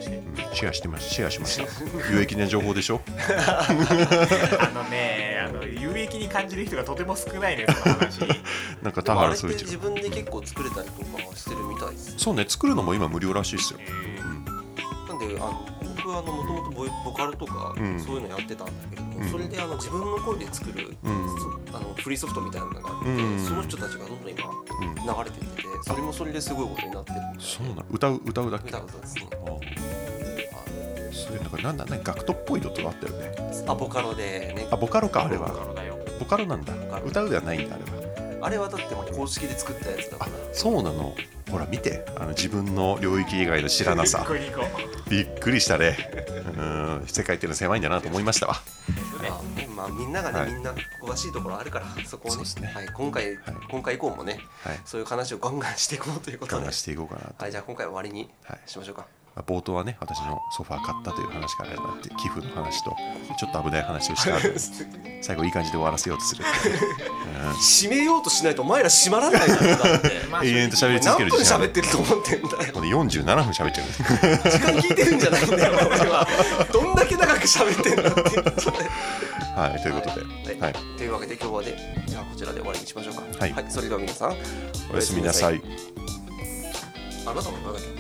シェアしてましたシェアしました有益な情報でしょあのね、あの有益に感じる人がとても少ないね、その話なんか田原総一郎自分で結構作れたりとかしてるみたいです。 そうね、作るのも今無料らしいですよ、 うん、なんであの僕はもともとボカルとか、うん、そういうのやってたんだけども、うん、それであの自分の声で作る、うん、あのフリーソフトみたいなのがあって、うん、その人たちがどんどん今、うん、流れていってて、それもそれですごいことになってるんで。 そうな、歌う歌うだけ。 歌う歌ですね。 それなんかなんだね、ガクトっぽいのとかあったよね。 あ、ボカロでね。 あ、ボカロかあれは。 ボカロだよ。 ボカロなんだ。歌うではないんだあれは。 あれはだってもう公式で作ったやつだから。 そうなの。ほら見て、あの自分の領域以外の知らなさ。びっくりしたね。うん、世界っていうのは狭いんだなと思いましたわ。 まあみんながね、はい、みんな詳しいところあるから、そこを ね, ね、はい、今回、はい、今回以降もね、はい、そういう話をガンガンしていこうということで、 ガンガンしていこうかなと。 はい、じゃあ今回は終わりにしましょうか。 はい、冒頭はね、私のソファー買ったという話から始まって、寄付の話とちょっと危ない話をした後最後いい感じで終わらせようとするっていう、 うん、締めようとしないとお前ら締まらないからだって永遠と喋り続ける時間。 何分喋ってると思ってんだよ。 これよんじゅうななふん喋ってる時間聞いてるんじゃないんだよ俺は。どんだけ長く喋ってんだってはい、ということで、 はいはい、というわけで今日はね、じゃあこちらで終わりにしましょうか。 はい、 はい、それでは皆さんおやすみなさい。 あなたも言わなきゃ。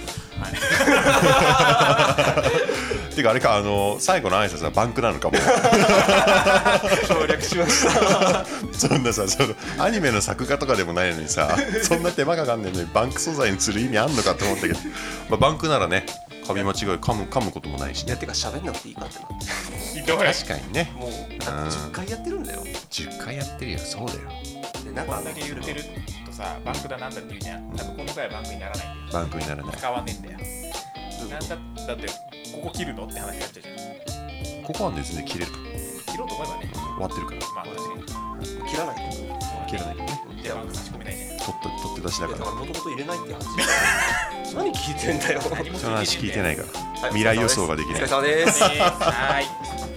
てかあれか、あの最後の挨拶はバンクなのかも。 省略しましたそんなさ、そのアニメの作画とかでもないのにさ、そんな手間かかんねんのにバンク素材にする意味あんのかと思ったけど、まあ、バンクならね、噛み間違い噛む噛むこともないしね。 いや、てか喋んなくていいかってなって。 確かにね。 もうじゅっかいやってるんだよ。 じゅっかいやってるよ。そうだよ。 でなんかこんだけ言ってるとさ、バンクだなんだって言うじゃん。多分この回はバンクにならないんだよ。 バンクにならない。 使わねえんだよ。なんだだってここ切るのって話になっちゃうじゃん。 ここはね、全然切れるか。 切ろうと思えばね。 終わってるから。 まあ確かに。 切らないと。 切らないとね。 じゃあバンク差し込めないじゃん。 取って取って出しだから。 もともと入れないって話。何聞いてんだよ。 その話聞いてないから。未来予想ができない。 お疲れ様です。 はい。